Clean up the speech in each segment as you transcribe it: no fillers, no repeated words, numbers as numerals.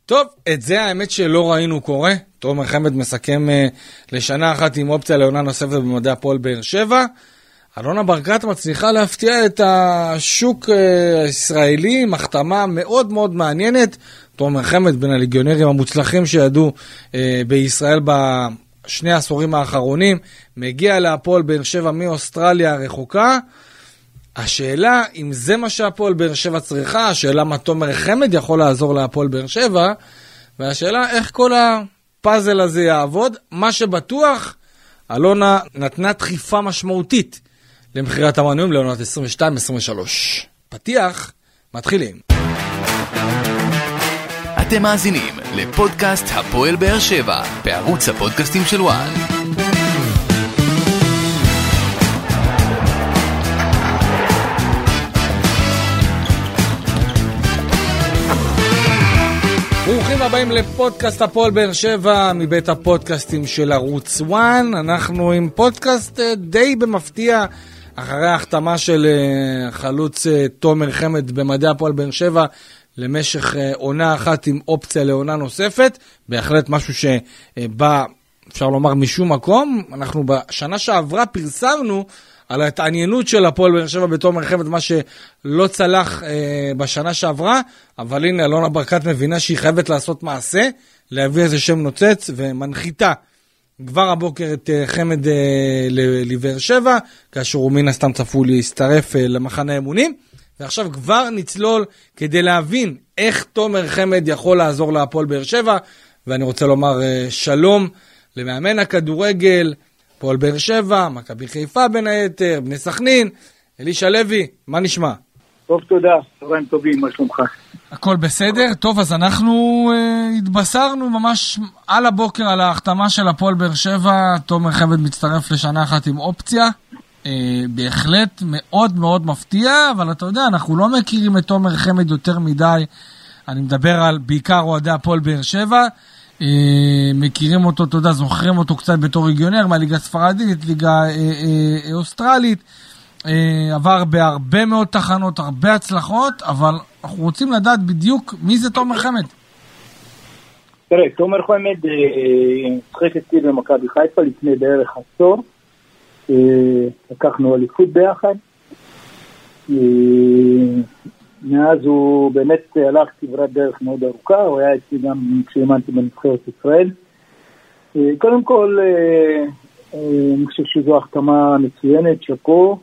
טוב, את זה האמת שלא ראינו קורה. תומר חמד מסכם לשנה אחת עם אופציה לעונה נוספת במדעי הפועל באר שבע. אלונה ברקת מצליחה להפתיע את השוק הישראלי עם החתמה מאוד מאוד מעניינת. תומר חמד בין הליגיונרים המוצלחים שידעו בישראל בשני העשורים האחרונים, מגיע להפועל באר שבע מאוסטרליה הרחוקה. השאלה אם זה מה שהפועל באר שבע צריכה, השאלה מה תומר חמד יכול לעזור להפועל באר שבע, והשאלה איך כל הפאזל הזה יעבוד. מה שבטוח, אלונה נתנה דחיפה משמעותית למחירת המנויים לעונת 22-23. פתיח, מתחילים. אתם מאזינים לפודקאסט הפועל באר שבע, בערוץ הפודקאסטים של וואן. ברוכים הבאים לפודקאסט הפועל באר שבע מבית הפודקאסטים של ערוץ וואן. אנחנו עם פודקאסט די במפתיע אחרי ההחתמה של חלוץ תומר חמד במדעי הפועל באר שבע למשך עונה אחת עם אופציה לעונה נוספת. בהחלט משהו שבא, אפשר לומר, משום מקום. אנחנו בשנה שעברה פרסמנו על ההתעניינות של הפועל באר שבע בתומר חמד, מה שלא צלח בשנה שעברה, אבל הנה אלונה ברקת מבינה שהיא חייבת לעשות מעשה, להביא איזה שם נוצץ, ומנחיתה כבר הבוקר את חמד לבאר שבע, כאשר הוא מן הסתם צפוי להצטרף למחנה האמונים, ועכשיו כבר נצלול כדי להבין איך תומר חמד יכול לעזור להפועל באר שבע. ואני רוצה לומר שלום למאמן הכדורגל הפועל באר שבע, מכבי חיפה בין היתר, בני סכנין, אלישע לוי, מה נשמע? טוב, תודה, צהריים טובים, מה שלומך? הכל בסדר. טוב, אז אנחנו התבשרנו ממש על הבוקר על ההחתמה של הפועל באר שבע. תומר חמד מצטרף לשנה אחת עם אופציה, בהחלט מאוד מאוד מפתיע, אבל אתה יודע, אנחנו לא מכירים את תומר חמד יותר מדי. אני מדבר על בעיקר אוהדי הפועל באר שבע, מכירים אותו, אתה יודע, זוכרים אותו קצת בתור ריגיונר מהליגה הספרדית, ליגה אוסטרלית, עבר בהרבה מאוד תחנות, הרבה הצלחות, אבל אנחנו רוצים לדעת בדיוק מי זה תומר חמד. תראה, תומר חמד שחק אצלי במכבי חיפה לפני בערך עשור, לקחנו אליפות ביחד, מאז הוא באמת הלך כברת דרך מאוד ארוכה, הוא היה אצלי גם כשאימנתי בנבחרת ישראל. קודם כל, אני חושב שזו החתמה מצוינת, שפו.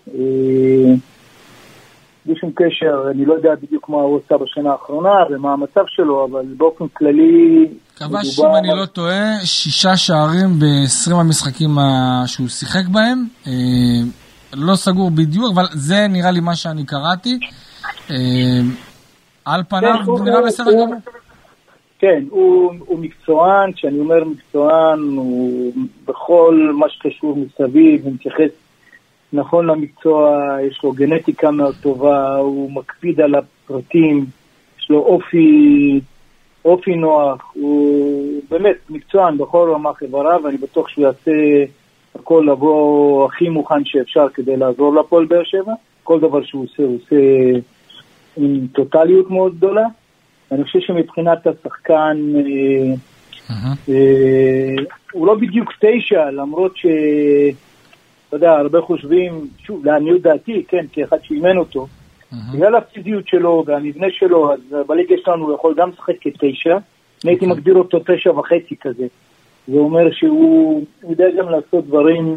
בלי שום קשר, אני לא יודע בדיוק מה הוא עושה בשנה האחרונה ומה המצב שלו, אבל באופן כללי... כבש, אם אני לא טועה, 6 שערים ב-20 המשחקים שהוא שיחק בהם. לא סגור בדיוק, אבל זה נראה לי מה שאני קראתי. על פניו נראה בסדר גמור. כן, הוא מקצוען. כשאני אומר מקצוען, הוא בכל מה שקשור מסביב, הוא מתייחס נכון למקצוע, יש לו גנטיקה מאוד טובה, הוא מקפיד על הפרטים, יש לו אופי נוח, הוא באמת מקצוען בכל רמה חברה, ואני בטוח שהוא יעשה הכל לבוא הכי מוכן שאפשר כדי לעזור לפועל באר שבע. כל דבר שהוא עושה, הוא עושה עם טוטליות מאוד גדולה. אני חושב שמבחינת השחקן, הוא לא בדיוק 9, למרות ש... אתה יודע, הרבה חושבים, שוב, לעניות דעתי, כן, כאחד שאימן אותו, בגלל הפיזיות שלו והמבנה שלו, אז בליגה שלנו הוא יכול גם לשחק כ9, הייתי מגדיר אותו 9.5 כזה. זה אומר שהוא יודע גם לעשות דברים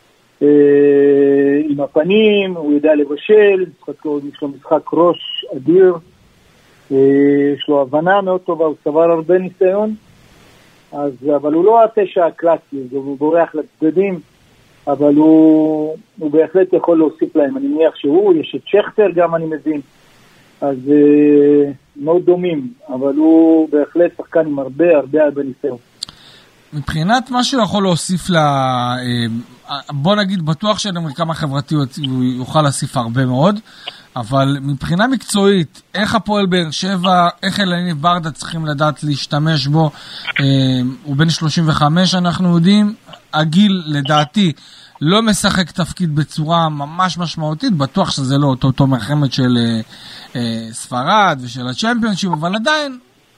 עם הפנים, הוא יודע לבשל, יש לו משחק ראש אדיר, יש לו הבנה מאוד טובה, הוא צבר הרבה ניסיון, אבל הוא לא 9 הקלאסי, הוא בורח לצדדים, אבל הוא בהחלט יכול להוסיף להם. אני מניח יש את שכטר גם, אני מבין, אז מאוד דומים, אבל הוא בהחלט שחקן עם הרבה ניסיון. מבחינת מה שהוא יכול להוסיף בוא נגיד, בטוח שלמרקם החברתי הוא יוכל להוסיף הרבה מאוד, אבל מבחינה מקצועית, איך הפועל באר שבע, איך אלניב ברדה צריכים לדעת להשתמש בו? הוא בן 35, אנחנו יודעים, הגיל לדעתי לא משחק תפקיד בצורה ממש משמעותית, בטוח שזה לא אותו תומר חמד של ספרד ושל הצ'מפיונשיפ, אבל עדיין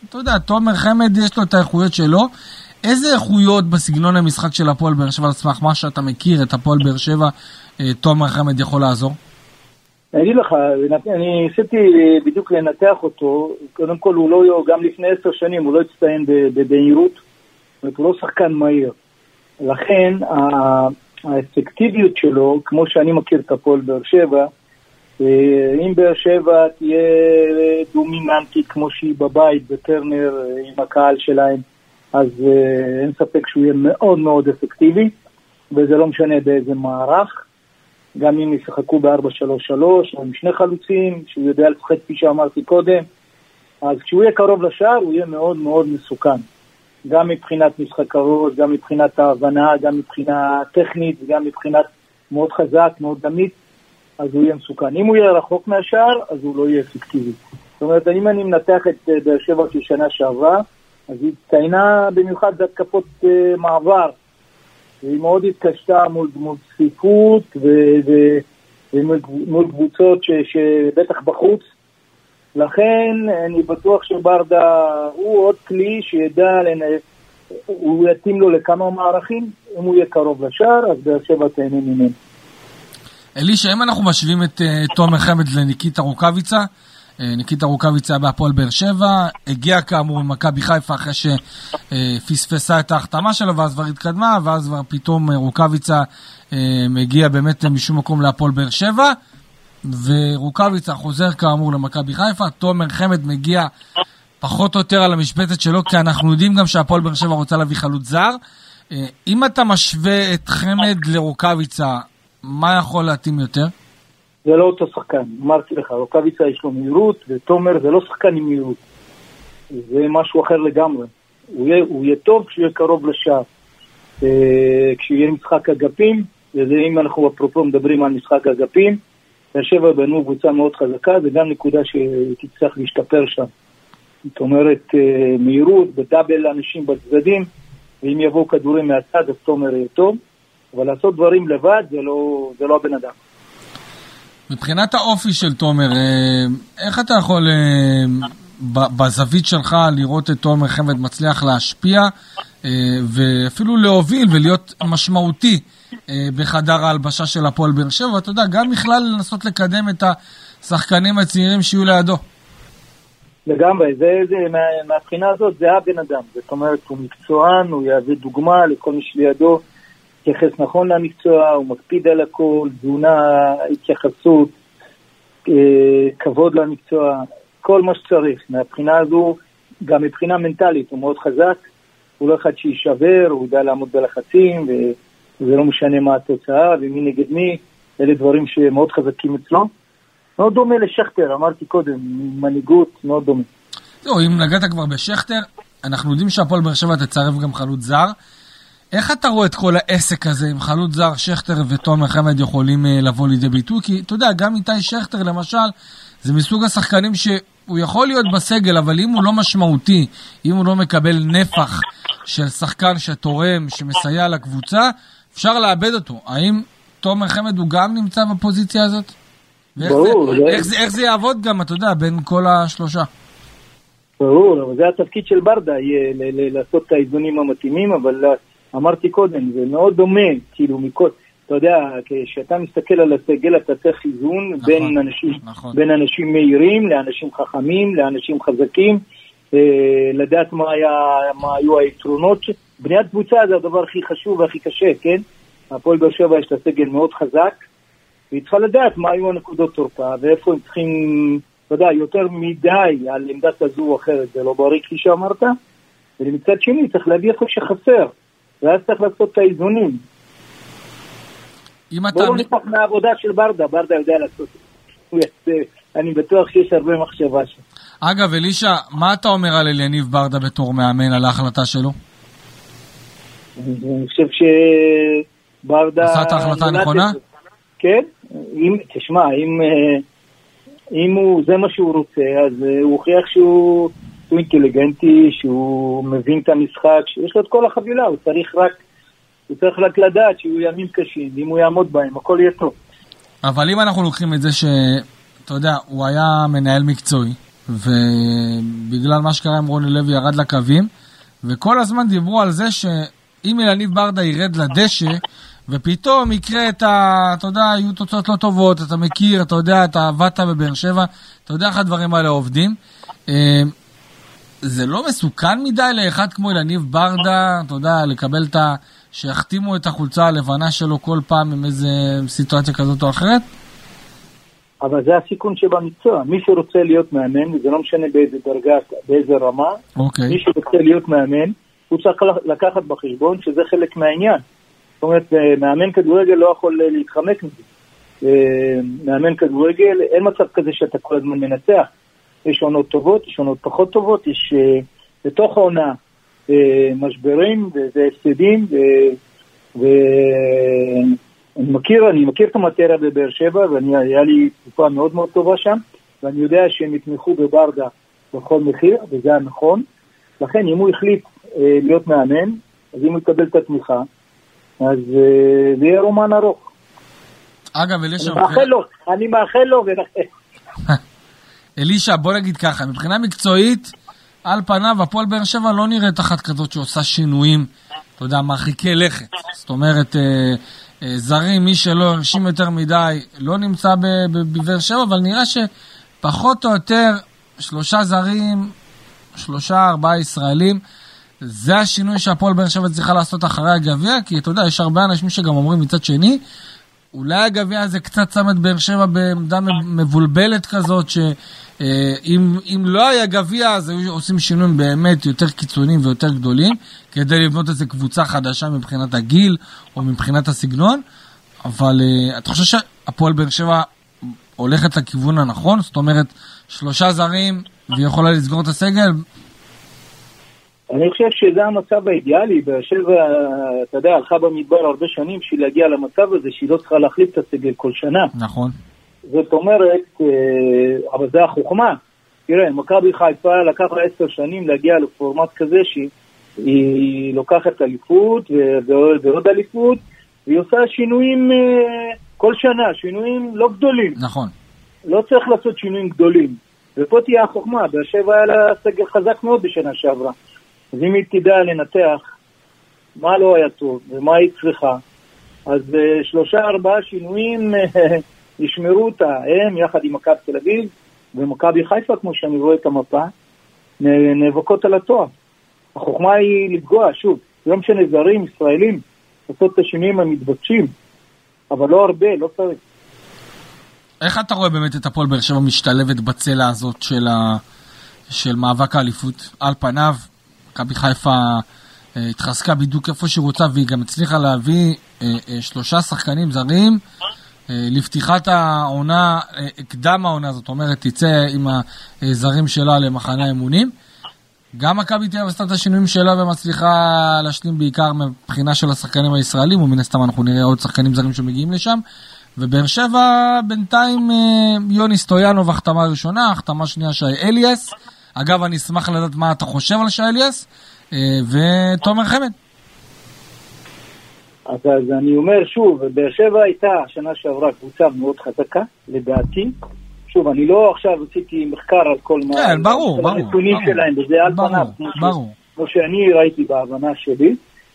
אתה יודע, תומר חמד יש לו את האיכויות שלו. איזה איכויות בסגנון המשחק של הפועל באר שבע, על סמך מה שאתה מכיר את הפועל באר שבע, תומר חמד יכול לעזור? אני אגיד לך, אני ניסיתי בדיוק לנתח אותו. קודם כל, הוא לא, גם לפני 10 שנים, הוא לא הצטיין במהירות, הוא לא שחקן מהיר. לכן, האפקטיביות שלו, כמו שאני מכיר את הפועל באר שבע, אם באר שבע תהיה דומיננטית כמו שהיא בבית בטרנר עם הקהל שלהם, אז אין ספק שהוא יהיה מאוד מאוד אפקטיבי, וזה לא משנה באיזה מערך. גם אם ישחקו ב-4-3-3 או עם 2 חלוצים, שהוא יודע לשחק כפי שאמרתי קודם, אז כשהוא יהיה קרוב לשער הוא יהיה מאוד מאוד מסוכן. גם מבחינת משחק הראש, גם מבחינת ההבנה, גם מבחינה טכנית, גם מבחינת מאוד חזק, מאוד דמית, אז הוא יהיה מסוכן. אם הוא יהיה רחוק מהשער, אז הוא לא יהיה אפקטיבי. זאת אומרת, אם אני מנתח את באר שבע כשנה שעברה, אז היא הצטיינה במיוחד בהתקפות מעבר. והיא מאוד התקשתה מול צפיפות ומול קבוצות שבטח בחוץ. לכן אני בטוח שברדה הוא עוד כלי שידע, הוא יתאים לו לכמה מערכים. אם הוא יהיה קרוב לשער, אז באר שבע תהנה ממנו. אלישע, אם אנחנו משווים את תומר חמד לניקיטה רוקאביצה, ניקיטה רוקאביצה בהפועל באר שבע, הגיע כאמור ממכבי חיפה אחרי שפספסה את ההחתמה שלו, ואז כבר התקדמה, ואז כבר פתאום רוקאביצה מגיע באמת משום מקום להפועל באר שבע, ורוקאביצה חוזר כאמור למכבי חיפה. תומר חמד מגיע פחות או יותר על המשבצת שלו, כי אנחנו יודעים גם שהפועל באר שבע רוצה להביא חלוץ זר. אם אתה משווה את חמד לרוקאביצה, מה יכול להתאים יותר? זה לא אותו שחקן, אמרתי לך, רוקאביצה יש לו מהירות, ותומר זה לא שחקן עם מהירות. זה משהו אחר לגמרי. הוא יהיה טוב כשהוא יהיה קרוב לשער. כשיהיה משחק אגפים, ואם אנחנו אפרופו מדברים על משחק אגפים, באר שבע בנו קבוצה מאוד חזקה, זה גם נקודה שתצטרך להשתפר שם. זאת אומרת, מהירות, בדאבל אנשים בצדדים, ואם יבואו כדורים מהצד, אז תומר יהיה טוב, אבל לעשות דברים לבד זה לא הבן אדם. מבחינת האופי של תומר, איך אתה יכול בזווית שלך לראות את תומר חמד מצליח להשפיע ואפילו להוביל ולהיות משמעותי בחדר ההלבשה של הפועל באר שבע, ואתה יודע, גם בכלל לנסות לקדם את השחקנים הצעירים שיהיו לידו? לגמרי, מהבחינה הזאת זה הבן אדם, זאת אומרת, הוא מקצוען, הוא יהווה דוגמה לכל מי שלידו, התייחס נכון למקצוע, הוא מקפיד על הכל, תזונה, התייחסות, כבוד למקצוע, כל מה שצריך. מהבחינה הזו, גם מבחינה מנטלית, הוא מאוד חזק, הוא לא אחד שישבר, הוא יודע לעמוד בלחצים, וזה לא משנה מה התוצאה, ומי נגד מי, אלה דברים שמאוד חזקים אצלו. מאוד דומה לשכטר, אמרתי קודם, מנהיגות מאוד דומה. זהו, אם נגעת כבר בשכטר, אנחנו יודעים שהפועל באר שבע תצרף גם חלוץ זר. איך אתה רואה את כל העסק הזה עם חלוץ זר, שכטר ותומר חמד יכולים לבוא לידי ביטוי? כי אתה יודע, גם איתי שכטר למשל, זה מסוג השחקנים שהוא יכול להיות בסגל, אבל אם הוא לא משמעותי, אם הוא לא מקבל נפח של שחקן שתורם, שמסייע לקבוצה, אפשר לאבד אותו. האם תומר חמד הוא גם נמצא בפוזיציה הזאת? ברור. איך זה יעבוד גם, אתה יודע, בין כל השלושה? ברור, אבל זה התפקיד של ברדה, לעשות את האיזונים המתאימים, אבל אמרתי קודם, זה מאוד דומה, כאילו מכל, אתה יודע, כשאתה מסתכל על הסגל, אתה צריך איזון בין אנשים מהירים, לאנשים חכמים, לאנשים חזקים, לדעת מה היו היתרונות. בניית קבוצה זה הדבר הכי חשוב והכי קשה, כן? הפועל באר שבע יש לה סגל מאוד חזק, והיא צריכה לדעת מה היו הנקודות תורפה, ואיפה הם צריכים, אתה יודע, יותר מדי על עמדת הזו או אחרת, זה לא בריא כפי שאמרת, ולמצד שני צריך להביא איפה שחסר, ואז צריך לעשות את האיזונים. בואו נפח מהעבודה של ברדה יודע לעשות את זה. אני בטוח שיש הרבה מחשבה שם. אגב, אלישע, מה אתה אומר על אליניב ברדה בתור מאמן על ההחלטה שלו? אני חושב שברדה... עשה את ההחלטה הנכונה? כן, תשמע, אם זה מה שהוא רוצה, אז הוא הוכיח שהוא אינטליגנטי, שהוא מבין את המשחק, שיש לו את כל החבילה, הוא צריך רק לדעת שהוא ימים קשים, אם הוא יעמוד בהם, הכל יהיה טוב. אבל אם אנחנו לוקחים את זה שאתה יודע, הוא היה מנהל מקצועי, ובגלל מה שקרה עם רוני לוי ירד לקווים, וכל הזמן דיברו על זה שאם ילניב ברדה ירד לדשא, ופתאום יקרה אתה יודע, יהיו תוצאות לא טובות, אתה מכיר, אתה יודע, אתה עבדת בבאר שבע, אתה יודע איך הדברים האלה עובדים. זה לא מסוכן מדי לאחד כמו ילניב ברדה, אתה יודע, לקבל שיחתימו את החולצה הלבנה שלו כל פעם עם איזה סיטואציה כזאת או אחרת? אבל זה הסיכון שבמקצוע. מי שרוצה להיות מאמן, וזה לא משנה באיזה דרגה, באיזה רמה, מי שרוצה להיות מאמן, הוא צריך לקחת בחשבון שזה חלק מהעניין. זאת אומרת, מאמן כדורגל לא יכול להתחמק מזה. מאמן כדורגל, אין מצב כזה שאתה כל הזמן מנצח. יש עונות טובות, יש עונות פחות טובות, יש בתוך העונה משברים והפסדים, אני מכיר את המטרה בבאר שבע, והיה לי תקופה מאוד מאוד טובה שם, ואני יודע שהם יתמכו בברדה בכל מחיר, וזה הנכון. לכן, אם הוא החליט להיות מאמן, אז אם הוא יקבל את התמיכה, אז זה יהיה רומן ארוך. אגב, אלישע... אני מאחל לו אלישע, בוא נגיד ככה, מבחינה מקצועית, על פניו, הפועל באר שבע לא נראית אחת כזאת שעושה שינויים, אתה יודע, מרחיקי לכת. זאת אומרת, זרים, מי שלא הרשים יותר מדי, לא נמצא בבאר שבע, אבל נראה שפחות או יותר 3 זרים, 3-4 ישראלים, זה השינוי שהפועל באר שבע צריכה לעשות אחרי הגביע, כי אתה יודע, יש הרבה אנשים שגם אומרים מצד שני, אולי הגביע הזה קצת שם את באר שבע בעמדה מבולבלת כזאת, שאם לא היה גביע, אז היו עושים שינויים באמת יותר קיצוניים ויותר גדולים, כדי לבנות איזו קבוצה חדשה מבחינת הגיל, או מבחינת הסגנון, אבל אתה חושב שהפועל באר שבע הולכת לכיוון הנכון? זאת אומרת, 3 זרים, והיא יכולה לסגור את הסגל? אני חושב שזה המצב האידיאלי. באר שבע, אתה יודע, הלכה במדבר הרבה שנים בשביל להגיע למצב הזה, שהיא לא צריכה להחליף את הסגל כל שנה. נכון. זאת אומרת, אבל זה החוכמה. תראה, מכבי חיפה לקח לה 10 שנים להגיע לפורמט כזה, שהיא לוקחת אליפות ועוד אליפות, והיא עושה שינויים כל שנה, שינויים לא גדולים. נכון. לא צריך לעשות שינויים גדולים. ופה תהיה החוכמה. באר שבע היה לה סגל חזק מאוד בשנה שעברה. אז אם היא תדע לנתח מה לא היה טוב ומה היא צריכה, אז 3-4 שינויים ישמרו אותה, הם יחד עם מכבי תל אביב ומכבי חיפה, כמו שאני רואה את המפה, נאבקות על התואר. החוכמה היא לפגוע, שוב, לא משנה זרים, ישראלים, לעשות את השינויים המתבקשים, אבל לא הרבה, לא צריך. איך אתה רואה באמת את הפועל באר שבע משתלבת בצלע הזאת של מאבק האליפות? על פניו, מכבי חיפה התחזקה בדיוק איפה שהיא רוצה, והיא גם הצליחה להביא 3 שחקנים זרים לפתיחת העונה, קדם העונה, זאת אומרת, תצא עם הזרים שלה למחנה האימונים. גם מכבי תל אביב עשתה את השינויים שלה ומצליחה להשלים בעיקר מבחינה של השחקנים הישראלים, ומן הסתם אנחנו נראה עוד שחקנים זרים שמגיעים לשם. ובאר שבע בינתיים יוני סטויאנוב החתמה ראשונה, החתמה שנייה שי אליאס. אגב, אני אשמח לדעת מה אתה חושב על שי אליאס, ותומר חמד. אז אני אומר שוב, באר שבע הייתה שנה שעברה קבוצה מאוד חזקה, לדעתי. שוב, אני לא עכשיו עשיתי מחקר על כל כן, ברור. הנתונים שלהם, וזה על פניו, כמו שאני ראיתי בהבנה שלי.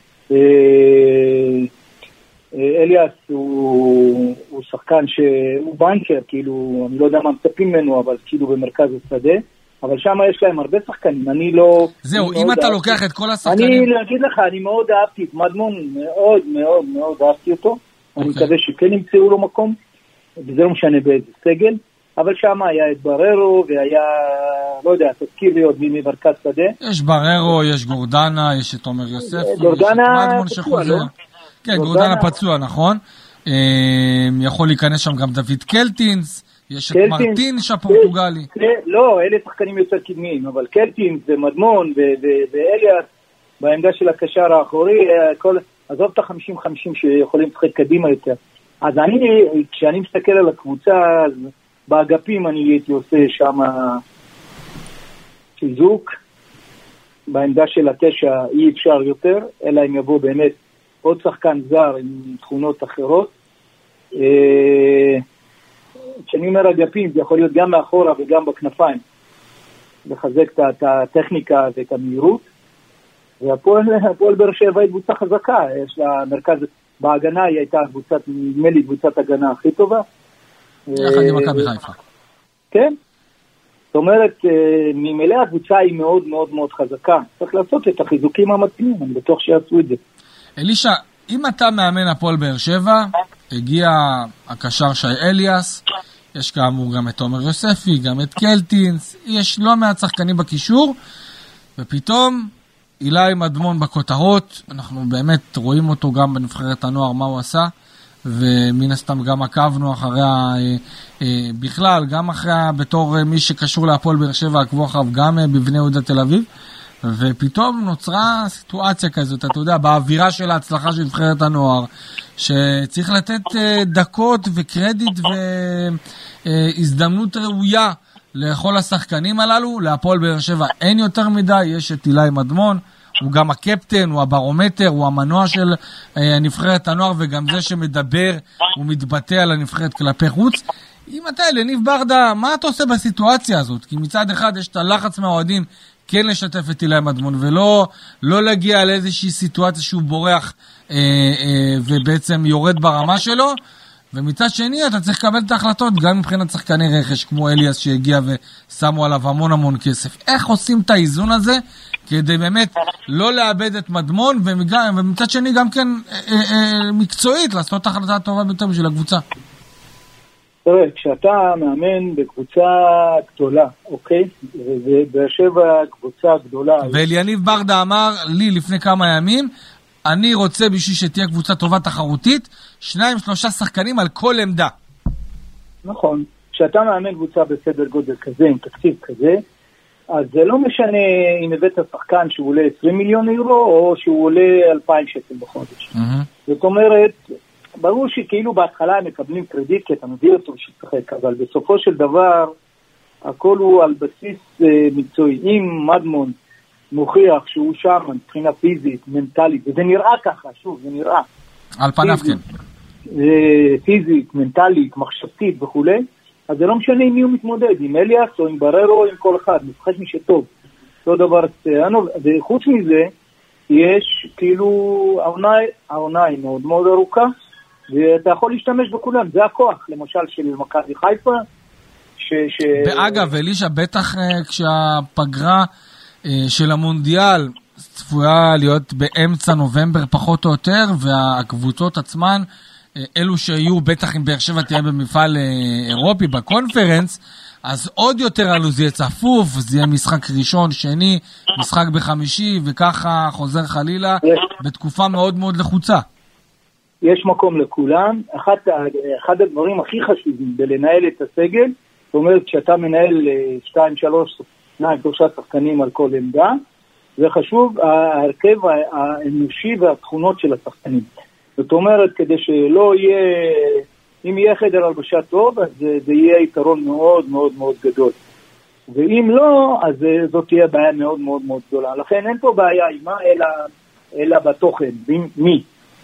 אליאס הוא שחקן שהוא בנקר, כאילו, אני לא יודע מה מצפים ממנו, אבל כאילו במרכז השדה, אבל שם יש להם הרבה שחקנים, אני לא... זהו, אם אתה לוקח את כל השחקנים... אני להגיד לך, אני מאוד אהבתי את מדמון, מאוד מאוד מאוד אהבתי אותו, אני מקווה שכן ימצאו לו מקום, וזה לא משנה באיזה סגל, אבל שם היה את בררו, והיה, לא יודע, תזכיר לי עוד מי מרכז שדה. יש בררו, יש גורדנה, יש את עומר יוסף, גורדנה פצוע, לא? כן, גורדנה פצוע, נכון. יכול להיכנס שם גם דוד קלטינס, יש את מרטינש הפורטוגלי. לא, אלה שחקנים יותר קדמיים, אבל קלטינס ומדמון ואליאס בעמדה של הקשר האחורי, עזוב את ה-50-50 שיכולים לשחק קדימה יותר. אז כשאני מסתכל על הקבוצה, באגפים אני הייתי עושה שם חיזוק, בעמדה של 9 אי אפשר יותר, אלא אם יבוא באמת עוד שחקן זר עם תכונות אחרות. כשאני אומר אגפים, זה יכול להיות גם מאחורה וגם בכנפיים. לחזק את הטכניקה ואת המהירות, והפועל באר שבע היא קבוצה חזקה, יש לה מרכז, בהגנה היא הייתה קבוצת, נדמה לי קבוצת הגנה הכי טובה. יחד עם מכבי חיפה. כן. זאת אומרת, ממילא הקבוצה היא מאוד מאוד מאוד חזקה. צריך לעשות את החיזוקים המתאימים, אני בטוח שיעשו את זה. אלישע, אם אתה מאמן הפועל באר שבע, הגיע הקשר שי אליאס, יש כאמור גם את עומר יוספי, גם את קלטינס, יש לא מעט שחקנים בקישור, ופתאום אילי מדמון בכותרות, אנחנו באמת רואים אותו גם בנבחרת הנוער, מה הוא עשה, ומן הסתם גם עקבנו אחריה בכלל, גם אחריה בתור מי שקשור להפועל באר שבע, עקבו אחריו גם בבני יהודה תל אביב, ופתאום נוצרה סיטואציה כזאת, אתה יודע, באווירה של ההצלחה של נבחרת הנוער, שצריך לתת דקות וקרדיט והזדמנות ראויה לכל השחקנים הללו. להפועל באר שבע אין יותר מדי, יש את אילי מדמון, הוא גם הקפטן, הוא הברומטר, הוא המנוע של נבחרת הנוער, וגם זה שמדבר ומתבטא על הנבחרת כלפי חוץ. אם אתה אלניב ברדה, מה אתה עושה בסיטואציה הזאת? כי מצד אחד יש את הלחץ מהאוהדים כן לשתף את אילי מדמון, ולא להגיע לאיזושהי סיטואציה שהוא בורח ובעצם יורד ברמה שלו, ומצד שני אתה צריך לקבל את ההחלטות גם מבחינת שחקני רכש כמו אליאס שהגיע ושמו עליו המון כסף. איך עושים את האיזון הזה כדי באמת לא לאבד את מדמון, ומצד שני גם כן מקצועית לעשות את ההחלטה הטובה ביותר בשביל הקבוצה? תראה, כשאתה מאמן בקבוצה גדולה, אוקיי? ובאר שבע קבוצה גדולה. ואליניב ברדה אמר לי לפני כמה ימים, אני רוצה בשביל שתהיה קבוצה טובה תחרותית, 2-3 שחקנים על כל עמדה. נכון. כשאתה מאמן קבוצה בסדר גודל כזה, עם תקציב כזה, אז זה לא משנה אם הבאת שחקן שהוא עולה 20 מיליון אירו, או שהוא עולה 2,000 שקל בחודש. זאת אומרת, ברור שכאילו בהתחלה הם מקבלים קרדיט, כי אתה מביא אותו שצחק, אבל בסופו של דבר, הכל הוא על בסיס מקצועי. אם מדמון מוכיח שהוא שם מבחינה פיזית, מנטלית, וזה נראה ככה, שוב, זה נראה. על פניו כן. פיזית, מנטלית, מחשבתית וכו', אז זה לא משנה עם מי הוא מתמודד, עם אליאס או עם בררו או עם כל אחד, משחק מי שטוב. אותו דבר, וחוץ מזה, יש כאילו, העונה היא מאוד מאוד ארוכה, ואתה יכול להשתמש בכולם, זה הכוח, למשל של מכבי חיפה, ואגב, אלישע, בטח כשהפגרה של המונדיאל צפויה להיות באמצע נובמבר פחות או יותר, והקבוצות עצמן, אלו שיהיו בטח אם באר שבע תהיה במפעל אירופי בקונפרנס, אז עוד יותר עלו, זה יהיה צפוף, זה יהיה משחק ראשון, שני, משחק בחמישי, וככה חוזר חלילה בתקופה מאוד מאוד לחוצה. יש מקום לכולם. אחד הדברים הכי חשובים בלנהל את הסגל, זאת אומרת, כשאתה מנהל 2-3 שחקנים על כל עמדה, זה חשוב ההרכב האנושי והתכונות של השחקנים. זאת אומרת, כדי שלא יהיה, אם יהיה חדר הלבשה טוב, אז זה יהיה יתרון מאוד מאוד מאוד גדול. ואם לא, אז זאת תהיה בעיה מאוד מאוד מאוד גדולה. לכן אין פה בעיה עם מה, אלא בתוכן, מי.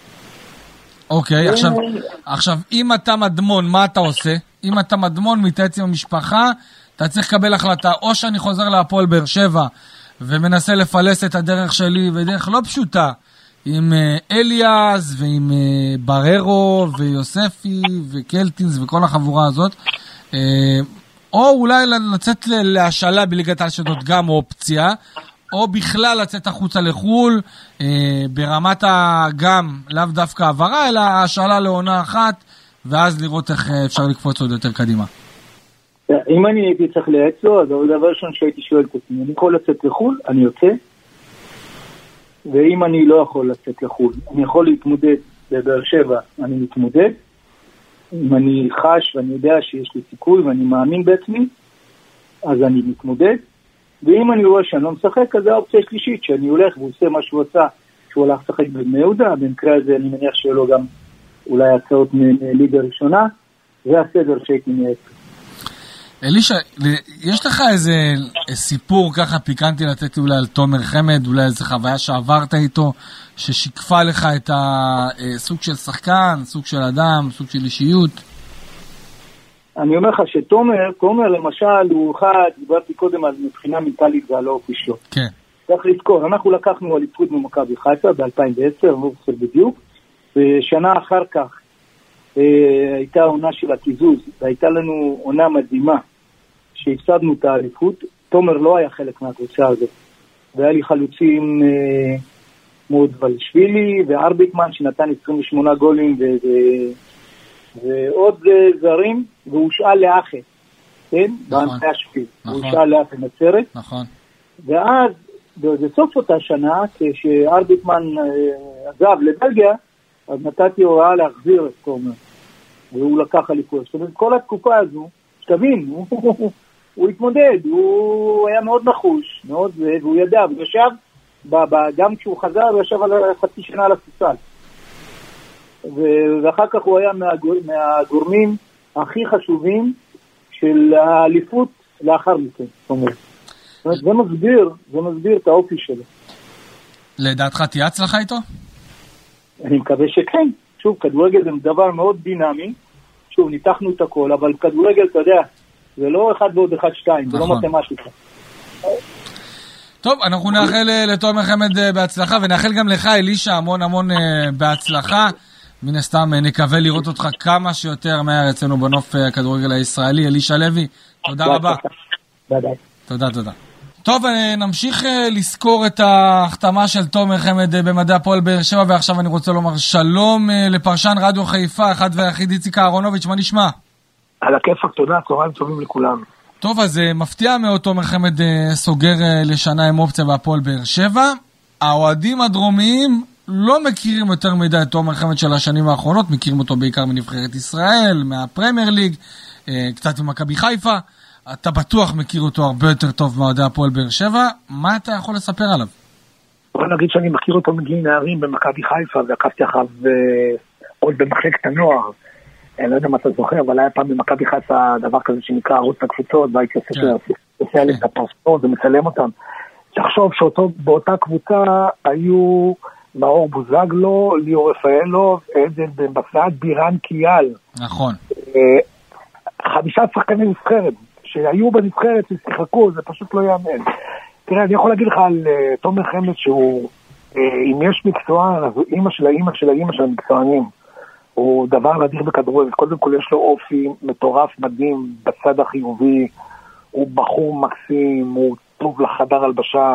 אוקיי, עכשיו, אם אתה מדמון, מה אתה עושה? אם אתה מדמון מתייעץ עם המשפחה, אתה צריך לקבל החלטה, או שאני חוזר להפועל באר שבע, ומנסה לפלס את הדרך שלי, ודרך לא פשוטה, עם אליאס, ועם בררו, ויוספי, וקלטינס, וכל החבורה הזאת, או אולי לצאת להשאלה בליגת העל גם אופציה, או בכלל לצאת החוצה לחול, ברמת גם לאו דווקא עברה, אלא השאלה לעונה אחת, ואז לראות איך אפשר לקפוץ עוד יותר קדימה. אם אני הייתי צריך לייעץ לו, אז הדבר ראשון שהייתי שואל את עצמי, אני יכול לצאת לחול, אני יוצא, ואם אני לא יכול לצאת לחול, אני יכול להתמודד בבאר שבע, אני מתמודד, אם אני חש ואני יודע שיש לי סיכוי ואני מאמין בעצמי, אז אני מתמודד, ואם אני רואה שאני לא משחק, אז זה האופציה השלישית, שאני הולך ועושה מה שהוא עשה, שהוא הולך לשחק בבני יהודה, במקרה הזה אני מניח שיהיה לו גם אולי הצעות מליגה ראשונה, זה הסדר שהייתי מייעץ. אלישע, יש לך איזה סיפור ככה פיקנטי לתת אולי על תומר חמד, אולי איזו חוויה שעברת איתו, ששיקפה לך את הסוג של שחקן, סוג של אדם, סוג של אישיות? אני אומר לך שתומר למשל הוא אחד, דיברתי קודם על מבחינה מנטלית ועל האופי שלו. כן. צריך לזכור, אנחנו לקחנו אליפות ממכבי חיפה ב-2010, אני לא זוכר בדיוק, ושנה אחר כך הייתה עונה של הקיזוז, והייתה לנו עונה מדהימה, שהפסדנו את האליפות. תומר לא היה חלק מהקבוצה הזאת, והיה לי חלוצים מאוד ולשווילי, וארביטמן שנתן 28 גולים, ועוד זרים, והוא שאל לאחד, כן? בענפי השפיל. הוא שאל לאחד נצרת. נכון. ואז, בסוף אותה שנה, כשארביטמן עזב לבלגיה, אז נתתי הוראה להחזיר את תומר, והוא לקח אליפות. זאת אומרת, כל התקופה הזו, שתבין, הוא התמודד, הוא היה מאוד נחוש, מאוד זה, והוא ידע, הוא ישב, גם כשהוא חזר, הוא ישב על חצי שנה על הספסל. ואחר כך הוא היה מהגורמים הכי חשובים של האליפות לאחר מכן. זאת אומרת, זה מסביר את האופי שלו. לדעתך תהיה הצלחה איתו? אני מקווה שכן. שוב, כדורגל זה דבר מאוד דינמי. שוב, ניתחנו את הכל, אבל כדורגל, אתה יודע, זה לא 1 ועוד 1, 2, זה לא מתמטיקה. טוב, אנחנו נאחל לתומר חמד בהצלחה, ונאחל גם לך, אלישע, המון המון בהצלחה. מן הסתם נקווה לראות אותך כמה שיותר מהר אצלנו בנוף הכדורגל הישראלי. אלישע לוי, תודה רבה. תודה. טוב, נמשיך לזכור את ההחתמה של תומר חמד במדע הפועל באר שבע, ועכשיו אני רוצה לומר שלום לפרשן רדיו חיפה, אחד והיחיד איציק אהרונוביץ', מה נשמע? על הכיפק, תודה, צהריים טובים לכולם. טוב, אז מפתיע מאוד, תומר חמד סוגר לשנה עם אופציה בהפועל באר שבע. האוהדים הדרומיים לא מכירים יותר מדי את תומר חמד של השנים האחרונות, מכירים אותו בעיקר מנבחרת ישראל, מהפרמייר ליג, קצת ממכבי חיפה. אתה בטוח מכיר אותו הרבה יותר טוב מאוהדי הפועל באר שבע. מה אתה יכול לספר עליו? בוא נגיד שאני מכיר אותו מגיל נערים במכבי חיפה, ועקבתי אחריו עוד במחלקת הנוער. אני לא יודע מה אתה זוכר, אבל היה פעם במכבי חיפה דבר כזה שנקרא ערוץ הקבוצות, והייתי עושה עליהם את הפרסומות ומצלם אותם. תחשוב שאותו באותה קבוצה היו מאור בוזגלו, ליאור רפאלוב, עדן בן בסט, בירן קיאל. נכון. 5 שחקני נבחרת, שהיו בנבחרת ושיחקו, זה פשוט לא יאמן. תראה, אני יכול להגיד לך על תומר חמד שהוא, אם יש מקצוען, אז הוא אמא של האמא של האמא של המקצוענים. הוא דבר נדיר בכדורגל, קודם כל יש לו אופי מטורף מדהים בצד החיובי, הוא בחור מקסים, הוא טוב לחדר הלבשה,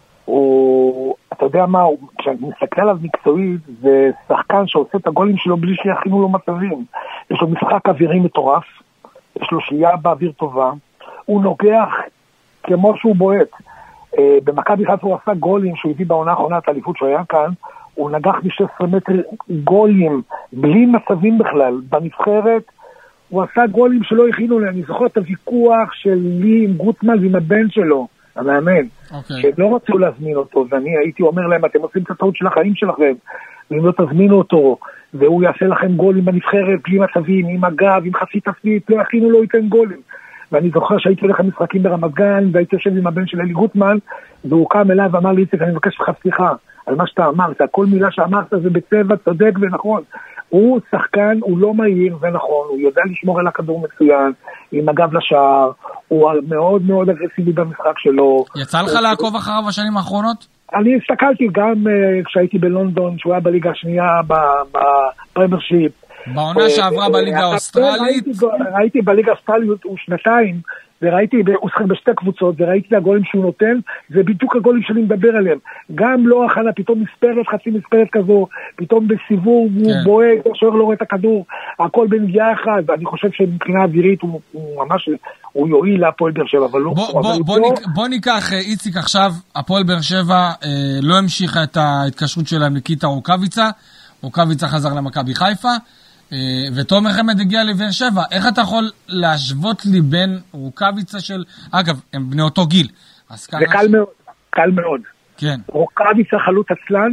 אתה יודע מה, כשאני מסתכל עליו מקצועית, זה שחקן שעושה את הגולים שלו בלי שיכינו לו מצבים. יש לו משחק אווירי מטורף, יש לו שלייה באוויר טובה, הוא נוגח כמו שהוא בועט. במכבי חיפה הוא עשה גולים שהוא הביא בעונה האחרונה את האליפות שהוא היה כאן, הוא נגח ב-16 מטר גולים, בלי מצבים בכלל. בנבחרת הוא עשה גולים שלא הכינו לי, אני זוכר את הוויכוח שלי עם גוטמן ועם הבן שלו, המאמן, שהם לא רצו להזמין אותו, ואני הייתי אומר להם, אתם עושים את הטעות של החיים שלכם, ואם לא תזמינו אותו, והוא יעשה לכם גולים בנבחרת, בלי מצבים, עם הגב, עם חצי תפנית, לא הכינו לו ייתן גולים. ואני זוכר שהייתי הולך למשחקים ברמת גן, והייתי יושב עם הבן של אלי גוטמן, והוא קם אליי ואמר לי, איציק, אני מבקש לך סליחה על מה שאתה אמרת, כל מילה שאמרת זה בצבע, צודק ונכון. הוא שחקן, הוא לא מהיר, זה נכון, הוא יודע לשמור על הכדור מצוין, עם הגב לשער, הוא מאוד מאוד אגרסיבי במשחק שלו. יצא לך לעקוב אחריו בשנים האחרונות? אני הסתכלתי גם כשהייתי בלונדון, שהוא היה בליגה השנייה בפרמיירשיפ. בעונה שעברה בליגה האוסטרלית? ראיתי בליגה האוסטרלית, הוא 2 וראיתי, הוא שחק בשתי קבוצות, וראיתי את הגולים שהוא נותן, זה בדיוק הגולים שאני מדבר עליהם. גם לא הכנה, פתאום מספרת, חצי מספרת כזו, פתאום בסיבוב, הוא בועט, השוער לא רואה את הכדור, הכל בנגיעה אחת, ואני חושב שמבחינה אווירית הוא ממש, הוא יועיל להפועל באר שבע, אבל לא... בוא ניקח, איציק, עכשיו, הפועל באר שבע לא המשיכה את ההתקשרות שלהם לקיטה רוקאביצה, רוקאביצה חזר למכבי חיפה, ותומר חמד הגיע לבאר שבע. איך אתה יכול להשוות לי בין רוקאביצה של... אגב, הם בני אותו גיל. זה קל מאוד, קל מאוד. כן. רוקאביצה חלוץ עצלן,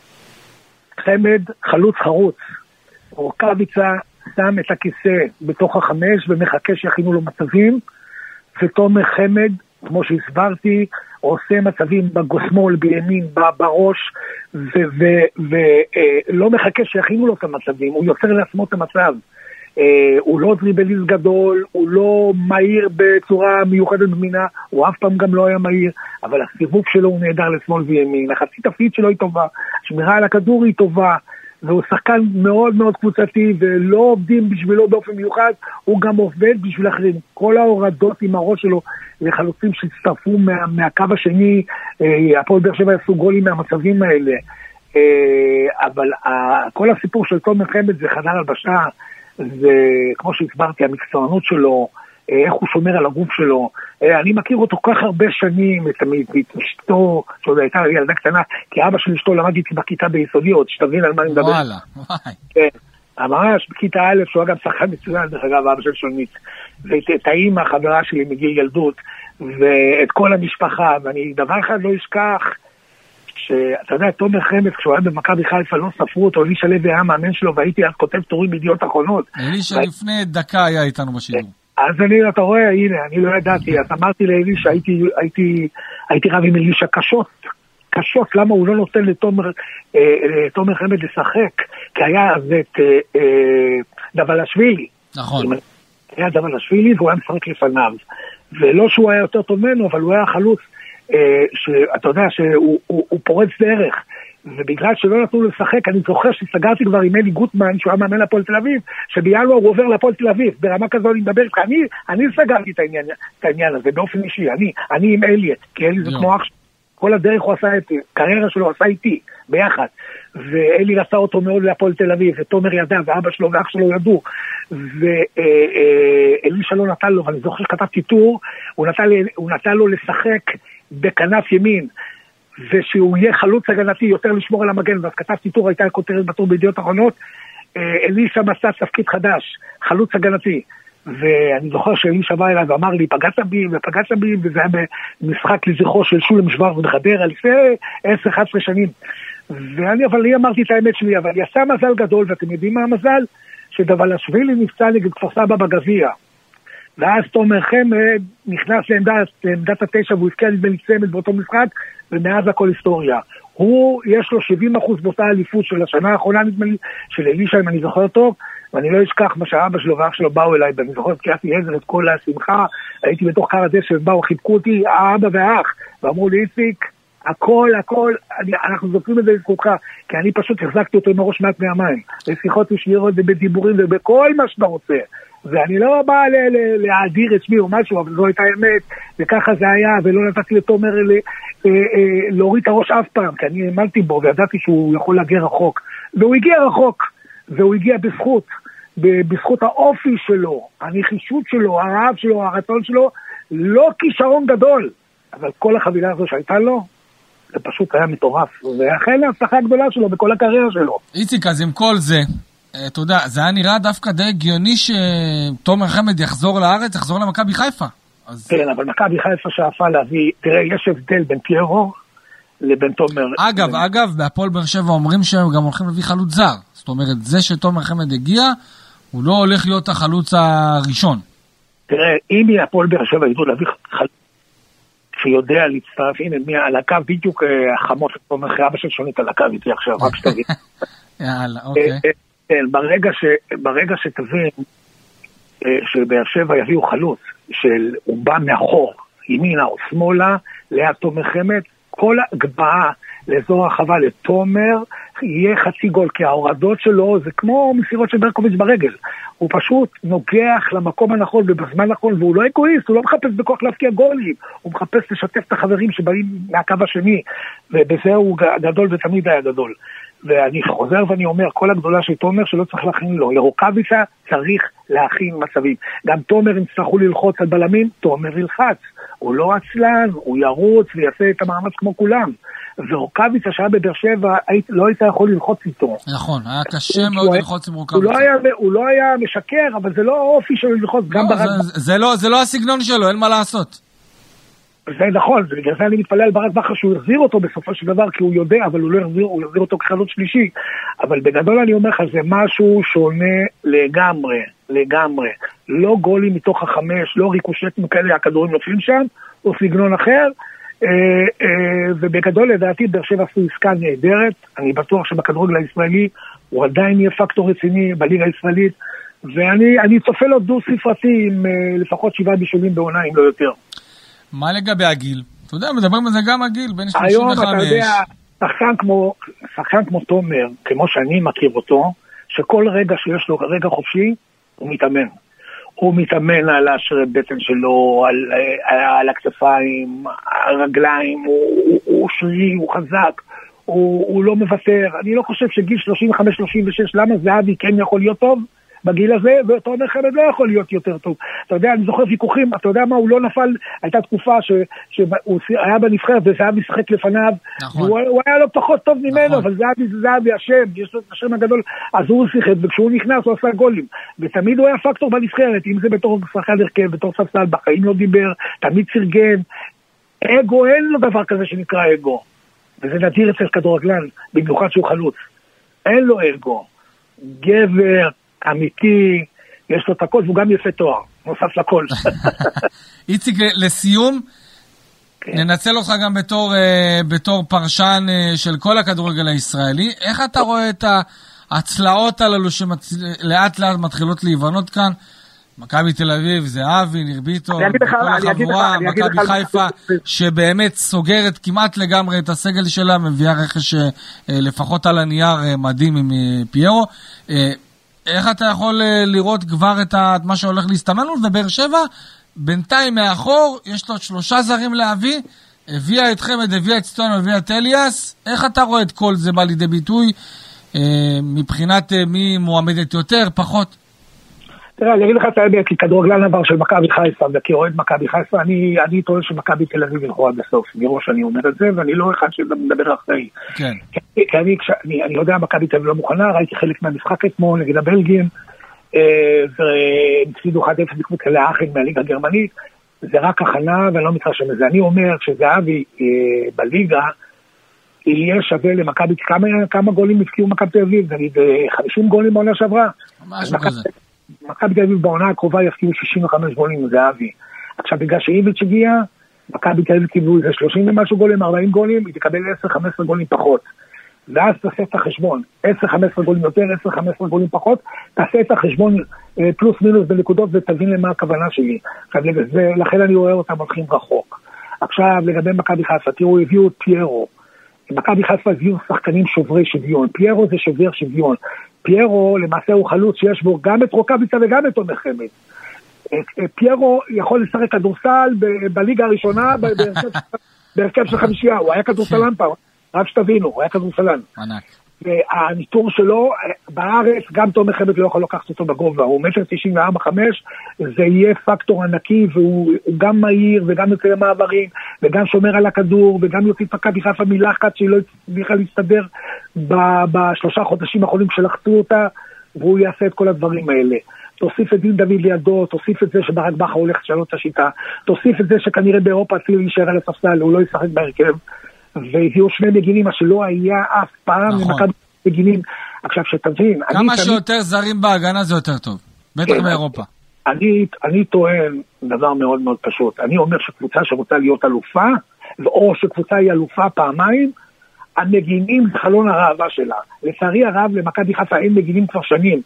חמד חלוץ חרוץ. רוקאביצה שם את הכיסא בתוך 5 ומחכה שיכינו לו מצבים, ותומר חמד, כמו שהסברתי, עושה מצבים בגוסמול, בימין, בראש, ולא מחכה שיכינו לו את המצבים, הוא יוצר לעצמו את המצב. הוא לא דריבליסט גדול, הוא לא מהיר בצורה מיוחדת במינה, הוא אף פעם גם לא היה מהיר, אבל הסיבוב שלו הוא נהדר לשמאל וימין, החצי תפקיד שלו היא טובה, שמירה על הכדור היא טובה, והוא שחקן מאוד מאוד קבוצתי, ולא עובדים בשבילו באופן מיוחד, הוא גם עובד בשביל אחרים. כל ההורדות עם הראש שלו לחלוצים שהצטרפו מהקו השני, הפועל באר שבע עשו גולים מהמצבים האלה, אבל כל הסיפור של תומר חמד זה חדר הלבשה, זה כמו שהסברתי, המקצוענות שלו, איך הוא שומר על הגוף שלו. אני מכיר אותו כך הרבה שנים, את אשתו, שעוד הייתה ילדה קטנה, כי אבא של אשתו למד איתי בכיתה ביסודיות, שתבין על מה אני מדבר. וואלה, וואי. כן, ממש בכיתה א', שהוא אגב שחקן מצוין, דרך אגב, אבא של שונית, ואת האמא, החברה שלי מגיל ילדות, ואת כל המשפחה, ואני דבר אחד לא אשכח, שאתה יודע, תומר חמד, כשהוא היה במכבי חיפה, לא ספרו אותו, אלישע לוי היה מאמן שלו, והייתי אז כותב תורים בידיעות אחרונות. אלישע לפני דקה היה איתנו בשידור. אז אתה רואה, הנה, אני לא ידעתי, אז אמרתי לאלישע, הייתי רב עם אלישע קשות, למה הוא לא נותן לתומר חמד לשחק, כי היה אז את דבלשווילי. נכון. היה דבלשווילי, והוא היה משחק לפניו, ולא שהוא היה יותר טוב ממנו, אבל הוא היה חלוץ, שאתה יודע שהוא פורץ דרך, ובגלל שלא נתנו לשחק, אני זוכר שסגרתי כבר עם אלי גוטמן, שהוא היה מאמן לפועל תל אביב, שבינואר הוא עובר לפועל תל אביב, ברמה כזו אני מדבר איתך, אני סגרתי את העניין הזה, באופן אישי, אני עם אלי, כי אלי זה כמו אח, כל הדרך הוא עשה את קריירה שלו, עשה איתי, ביחד, ואלי רצה אותו מאוד לפועל תל אביב, ותומר ידע, ואבא שלו ואח שלו ידעו, ואלישע לא נתן לו, ואני זוכר שכתבתי טור, הוא נתן לו לשחק בכנף ימין, ושהוא יהיה חלוץ הגנתי, יותר לשמור על המגן, ואז כתבתי טור, הייתה כותרת בטור בידיעות אחרונות, אלישע מצא תפקיד חדש, חלוץ הגנתי, ואני זוכר שאלישע בא אליי ואמר לי, פגעת בי, וזה היה במשחק לזכרו של שולם שוורץ בחדרה, לפני 10-11 שנים, אבל לי אמרתי את האמת שלי, אבל יעשה מזל גדול, ואתם יודעים מה המזל? שדבלשווילי נפצע נגד כפר סבא בגביע, ואז תומר חמד נכנס לעמדת התשע, והוא הזכיר נדמה לי צמד באותו משחק, ומאז הכל היסטוריה. יש לו 70% באותה אליפות של השנה האחרונה, נדמה לי, של אלישע, אם אני זוכר טוב, ואני לא אשכח מה שהאבא שלו ואח שלו באו אליי, ואני זוכר קייסתי עזר את כל השמחה, הייתי בתוך קר הדשא, ובאו, חיבקו אותי, האבא והאח, ואמרו לי, איציק, הכל, אנחנו זוכרים את זה לזכותך, כי אני פשוט החזקתי אותו עם הראש מעט מהמים, בשיחות ישירות ובדיבורים ובכל מה שאתה רוצה, ואני לא בא להאדיר את שמי או משהו, אבל זו הייתה אמת, וככה זה היה, ולא נתתי לתומר להוריד את הראש אף פעם, כי אני האמנתי בו, וידעתי שהוא יכול להגיע רחוק, והוא הגיע רחוק, והוא הגיע בזכות האופי שלו, הנחישות שלו, הרעב שלו, הרצון שלו, לא כישרון גדול, אבל כל החבילה הזו שהייתה לו, זה פשוט היה מטורף, ואחרי ההצלחה הגדולה שלו בכל הקריירה שלו. איציק, אז עם כל זה, אתה יודע, זה היה נראה דווקא די הגיוני שתומר חמד יחזור לארץ, יחזור למכבי חיפה. כן, אבל מכבי חיפה שאפה להביא, תראה, יש הבדל בין פיירו לבין תומר. אגב, בהפועל באר שבע אומרים שהם גם הולכים להביא חלוץ זר. זאת אומרת, זה שתומר חמד הגיע, הוא לא הולך להיות החלוץ הראשון. תראה, אם הפועל באר שבע ידעו להביא חלוץ, שיודע להצטרף, הנה, על הקו בדיוק החמות, תומר אבא של שונית על הקו איתי עכשיו, רק שתגיד. יאללה, אוקיי. כן, ברגע שתבין שבאר שבע יביאו חלוץ, שהוא בא מאחור, ימינה או שמאלה, ליד תומר חמד, כל הגבהה לאזור הרחבה לתומר, יהיה חצי גול, כי ההורדות שלו זה כמו מסירות של ברקוביץ' ברגל. הוא פשוט נוגח למקום הנכון ובזמן נכון, והוא לא אגואיסט, הוא לא מחפש בכוח להפקיע גולים, הוא מחפש לשתף את החברים שבאים מהקו השני, ובזה הוא גדול ותמיד היה גדול. ואני חוזר ואני אומר, כל הגדולה של תומר שלא צריך להכין לו, לרוקאביצה צריך להכין מצבים. גם תומר יצטרכו ללחוץ על בלמים, תומר ילחץ. הוא לא עצלן, הוא ירוץ ויעשה את המאמץ כמו כולם. ורוקאביצה שהיה בבאר שבע, לא היית יכול ללחוץ איתו. נכון, היה קשה מאוד ללחוץ עם רוקאביצה. הוא לא היה משקר, אבל זה לא אופי שלו ללחוץ גם ברק. זה לא הסגנון שלו, אין מה לעשות. זה נכון, ובגלל זה אני מתפלא על ברק בכר שהוא יחזיר אותו בסופו של דבר, כי הוא יודע, אבל הוא לא יחזיר, הוא יחזיר אותו כחלוץ שלישי. אבל בגדול אני אומר לך, זה משהו שונה לגמרי. לא גולים מתוך החמש, לא ריקושטים כאלה, הכדורים נופלים שם, או סגנון אחר. ובגדול לדעתי באר שבע עשו עסקה נהדרת. אני בטוח שבכדורגל הישראלי הוא עדיין יהיה פקטור רציני בליגה הישראלית, ואני צופה לו דו ספרתי עם לפחות 7 בישולים בעונה, אם לא יותר. מה לגבי הגיל? אתה יודע, מדברים על זה גם הגיל, בין 35. היום אתה יודע, שחקן כמו תומר, כמו שאני מכיר אותו, שכל רגע שיש לו רגע חופשי, הוא מתאמן. הוא מתאמן על השרי בטן שלו, על הכתפיים, הרגליים, הוא שרי, הוא חזק, הוא לא מוותר. אני לא חושב שגיל 35-36, למה זהבי כן יכול להיות טוב בגיל הזה, ותומר חמד לא יכול להיות יותר טוב. אתה יודע, אני זוכר ויכוחים, אתה יודע מה, הוא לא נפל, הייתה תקופה שהוא היה בנבחרת וזהבי שחק לפניו, והוא היה לו פחות טוב ממנו, אבל זהבי השם, יש לו את השם הגדול, אז הוא שיחק, וכשהוא נכנס הוא עשה גולים, ותמיד הוא היה פקטור בנבחרת, אם זה בתור שחקן הרכב, בתור ספסל, בחיים לא דיבר, תמיד פרגן. אגו, אין לו דבר כזה שנקרא אגו, וזה נדיר אצל כדורגלן, במיוחד שהוא חלוץ. אין לו אגו. גבר, אמיתי, יש לו את הכל, והוא גם יפה תואר, נוסף לכל. איציק, לסיום, ננצל אותך גם בתור פרשן של כל הכדורגל הישראלי. איך אתה רואה את ההצלעות הללו שלאט לאט מתחילות להיבנות כאן? מכבי תל אביב, זהבי, ניר ביטון, כל החבורה, מכבי חיפה, שבאמת סוגרת כמעט לגמרי את הסגל שלה, מביאה רכש לפחות על הנייר מדהים עם פיירו. איך אתה יכול לראות כבר את מה שהולך להסתמן לו? ובאר שבע, בינתיים מאחור, יש לו 3 זרים להביא, הביאה את חמד, הביאה את סטון, הביאה את אליאס. איך אתה רואה את כל זה בא לידי ביטוי, מבחינת מי מועמדת יותר, פחות? תראה, אני אגיד לך את האמת, כי כדורגלן עבר של מכבי חיפה, וכי אוהד מכבי חיפה, אני טוען שמכבי תל אביב ילכו עד הסוף, מראש אני אומר את זה, ואני לא אחד שמדבר אחרי. כן. כי אני לא יודע, מכבי תל אביב לא מוכנה, ראיתי חלק מהמשחק אתמול נגד הבלגים, והפסידו 1-0 בקבוצה לאחד מהליגה הגרמנית, זה רק הכנה, ואני לא מתרשם מזה. אני אומר שזהבי בליגה, יהיה שווה למכבי, כמה גולים הפקיעו מכבי תל אביב, נגיד 50 גולים בעונה שעברה. משהו כזה. מכבי תל אביב בעונה הקרובה יפקיעו 65 גולים מזהבי. עכשיו בגלל שאיביץ' הגיע, מכבי תל אביב קיבלו איזה 30 ומשהו גולים, 40 גולים, היא תקבל 10-15 גולים פחות. ואז תעשה את החשבון, 10-15 גולים יותר, 10-15 גולים פחות, תעשה את החשבון פלוס מינוס בנקודות ותבין למה הכוונה שלי. לכן אני רואה אותם הולכים רחוק. עכשיו לגבי מכבי חיפה, תראו, הביאו את פיירו. מכבי חיפה הביאו שחקנים שוברי שוויון. פיירו זה שובר שוויון. פיירו למעשה הוא חלוץ שיש בו גם את רוקאביצה וגם את תומר חמד. פיירו יכול לשחק כדורסל בליגה הראשונה בהרכב של 5, הוא היה כדורסלן פעם, רק שתבינו, הוא היה כדורסלן. ענק. והניטור שלו בארץ, גם תומר חמד לא יכול לקחת אותו בגובה, הוא 1.94-5, זה יהיה פקטור ענקי, והוא גם מהיר וגם יוצא למעברים, וגם שומר על הכדור, וגם יוצא מכבי חיפה מלחץ שהיא לא הצליחה להסתדר ב3 חודשים האחרונים שלחצו אותה, והוא יעשה את כל הדברים האלה. תוסיף את דין דוד לידו, תוסיף את זה שברק בכר הולך לשנות את השיטה, תוסיף את זה שכנראה באירופה צריך להישאר על הספסל, הוא לא ישחק בהרכב, והביאו 2 מגינים, מה שלא היה אף פעם למכבי מגינים. עכשיו שתבין, כמה שיותר זרים בהגנה זה יותר טוב, בטח באירופה. אני טוען דבר מאוד מאוד פשוט, אני אומר שקבוצה שרוצה להיות אלופה, או שקבוצה היא אלופה פעמיים, המגינים זה חלון הראווה שלה. לצערי הרב למכבי חיפה אין מגינים כבר שנים,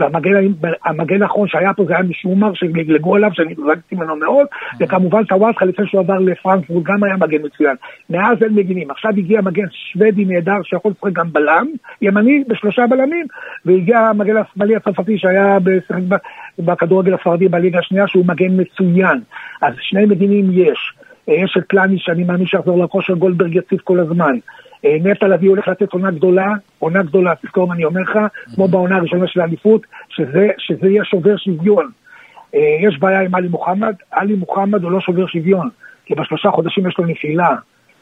והמגן האחרון שהיה פה זה היה משומר שלגלגו עליו, שאני רציתי ממנו מאוד, וכמובן טוואטחה לפני שהוא עבר לפרנקפורט גם היה מגן מצוין. מאז אין מגינים. עכשיו הגיע מגן שוודי נהדר שיכול לשחק גם בלם, ימני ב3 בלמים, והגיע המגן השמאלי הצרפתי שהיה בכדורגל הספרדי בליגה השנייה, שהוא מגן מצוין. אז 2 מגינים יש. יש את פלני שאני מאמין שיחזור לכושר, גולדברג יציב כל הזמן. נטע לביא הולך לתת עונה גדולה, תזכור מה אני אומר לך, כמו בעונה הראשונה של האליפות, שזה יהיה שובר שוויון. יש בעיה עם עלי מוחמד הוא לא שובר שוויון, כי ב3 חודשים יש לו נפילה,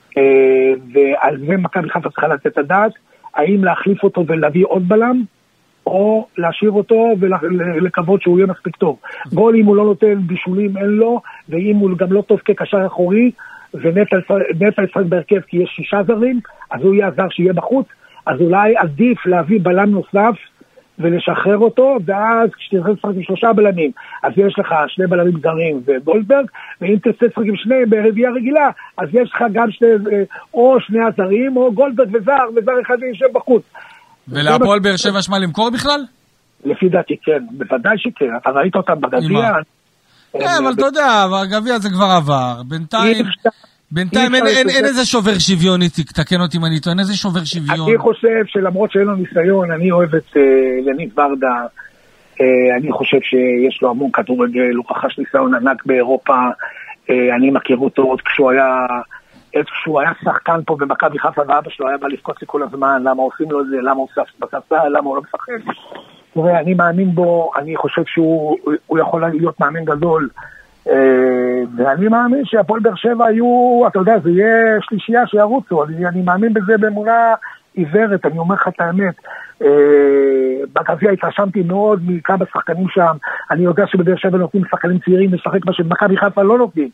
ועל זה מכבי חיפה צריכה לתת את הדעת, האם להחליף אותו ולהביא עוד בלם, או להשאיר אותו ולקוות שהוא יהיה מספיק טוב. גול אם הוא לא נותן בישולים אין לו, ואם הוא גם לא טוב כקשר אחורי, ונטע ישחק בהרכב כי יש 6 זרים, אז הוא יהיה הזר שיהיה בחוץ, אז אולי עדיף להביא בלם נוסף ולשחרר אותו, ואז כשתרצה לשחק עם 3 בלמים, אז יש לך 2 בלמים זרים וגולדברג, ואם תרצה לשחק עם 2 ברביעייה רגילה, אז יש לך גם או 2 הזרים, או גולדברג וזר אחד יושב בחוץ. ולהפועל באר שבע שמה למכור בכלל? לפי דעתי כן, בוודאי שכן, אתה ראית אותם בגביע. אבל אתה יודע, הגביע זה כבר עבר, בינתיים אין איזה שובר שוויון, תקן אותי אם אני טוען, איזה שובר שוויון. אני חושב שלמרות שאין לו ניסיון, אני אוהב את יניב ברדה, אני חושב שיש לו המון כדורגל, הוא רכש ניסיון ענק באירופה, אני מכיר אותו עוד כשהוא היה שחקן פה במכבי חיפה, ואבא שלו היה בא לפקוץ לי כל הזמן, למה עושים לו את זה, למה הוא בספסל, למה הוא לא משחק. תראה, אני מאמין בו, אני חושב שהוא יכול להיות מאמין גדול, ואני מאמין שהפועל באר שבע היו, אתה יודע, זה יהיה שלישייה שירוצו, אני מאמין בזה באמונה עיוורת, אני אומר לך את האמת. בגביע התרשמתי מאוד מכמה שחקנים שם, אני יודע שבבאר שבע נותנים שחקנים צעירים לשחק מה שבמכבי חיפה לא נותנים.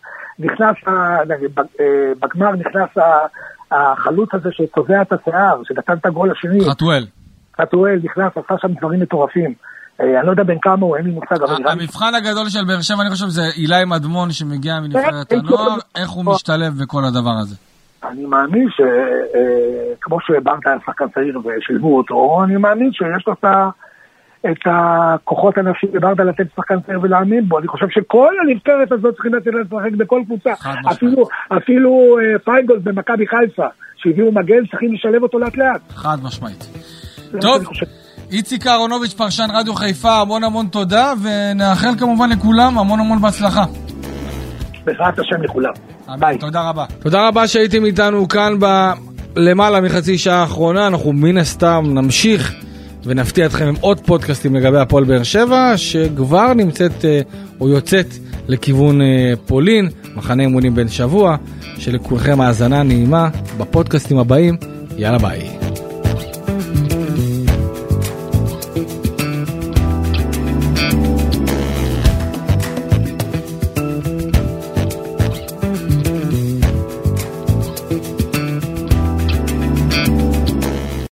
בגמר נכנס החלוץ הזה שצובע את השיער, שנתן את הגול השני. חתואל נכנס, עשה שם דברים מטורפים. אני לא יודע בין כמה הוא, אין לי מושג. המבחן הגדול של באר שבע, אני חושב, זה אילי מדמון שמגיע מנבחרת הנוער, איך הוא משתלב בכל הדבר הזה. אני מאמין שכמו שברדה היה שחקן צעיר ושילבו אותו, אני מאמין שיש לו את הכוחות הנפשיים לברדה לתת שחקן צעיר ולהאמין בו. אני חושב שכל הנבחרת הזאת צריכים לתת לשחק בכל קבוצה. אפילו פיינגולד במכבי חיפה, שהביאו מגן, צריכים לשלב אותו לאט לאט. חד משמעית. טוב, איציק אהרונוביץ', פרשן רדיו חיפה, המון תודה, ונאחל כמובן לכולם המון בהצלחה. בעזרת השם לכולם. ביי. תודה רבה. תודה רבה שהייתם איתנו כאן למעלה מחצי שעה האחרונה. אנחנו מן הסתם נמשיך ונפתיע אתכם עם עוד פודקאסטים לגבי הפועל באר שבע, שכבר נמצאת או יוצאת לכיוון פולין, מחנה אימונים בין שבוע, שלכולכם האזנה נעימה בפודקאסטים הבאים. יאללה ביי.